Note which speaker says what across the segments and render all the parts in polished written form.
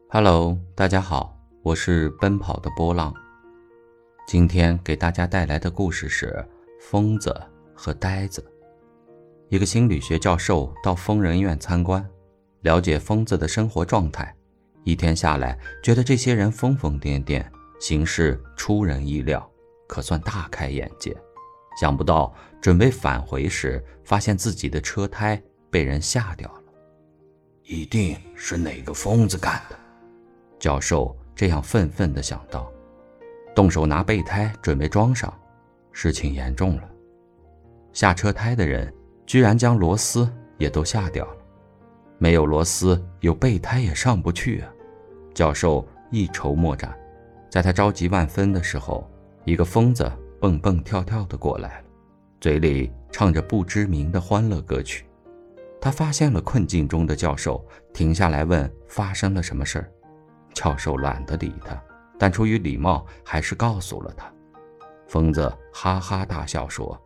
Speaker 1: Hello， 大家好，我是奔跑的波浪。今天给大家带来的故事是疯子和呆子。一个心理学教授到疯人院参观，了解疯子的生活状态。一天下来，觉得这些人疯疯癫癫，行事出人意料，可算大开眼界。想不到准备返回时，发现自己的车胎被人吓掉了。
Speaker 2: 一定是哪个疯子干的，
Speaker 1: 教授这样愤愤地想到，动手拿备胎准备装上，事情严重了。下车胎的人居然将螺丝也都下掉了，没有螺丝，有备胎也上不去啊！教授一筹莫展。在他着急万分的时候，一个疯子蹦蹦跳跳地过来了，嘴里唱着不知名的欢乐歌曲。他发现了困境中的教授，停下来问发生了什么事儿。教授懒得理他，但出于礼貌还是告诉了他。疯子哈哈大笑说：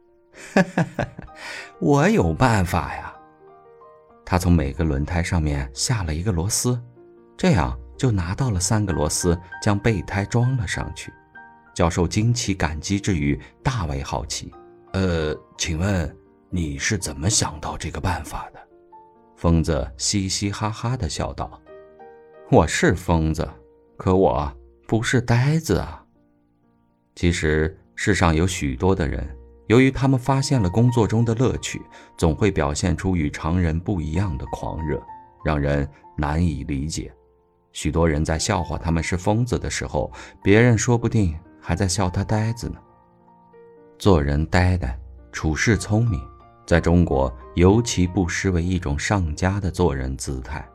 Speaker 1: 我有办法呀。他从每个轮胎上面下了一个螺丝，这样就拿到了3个螺丝，将备胎装了上去。教授惊奇感激之余，大为好奇。
Speaker 2: 请问你是怎么想到这个办法的？
Speaker 1: 疯子嘻嘻哈哈地笑道：我是疯子，可我不是呆子啊。其实世上有许多的人，由于他们发现了工作中的乐趣，总会表现出与常人不一样的狂热，让人难以理解。许多人在笑话他们是疯子的时候，别人说不定还在笑他呆子呢。做人呆呆，处事聪明，在中国尤其不失为一种上佳的做人姿态。